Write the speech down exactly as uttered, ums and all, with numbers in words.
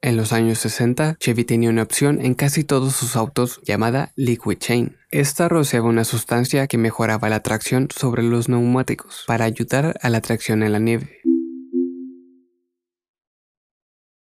En los años sesenta, Chevy tenía una opción en casi todos sus autos llamada Liquid Chain. Esta rociaba una sustancia que mejoraba la tracción sobre los neumáticos para ayudar a la tracción en la nieve.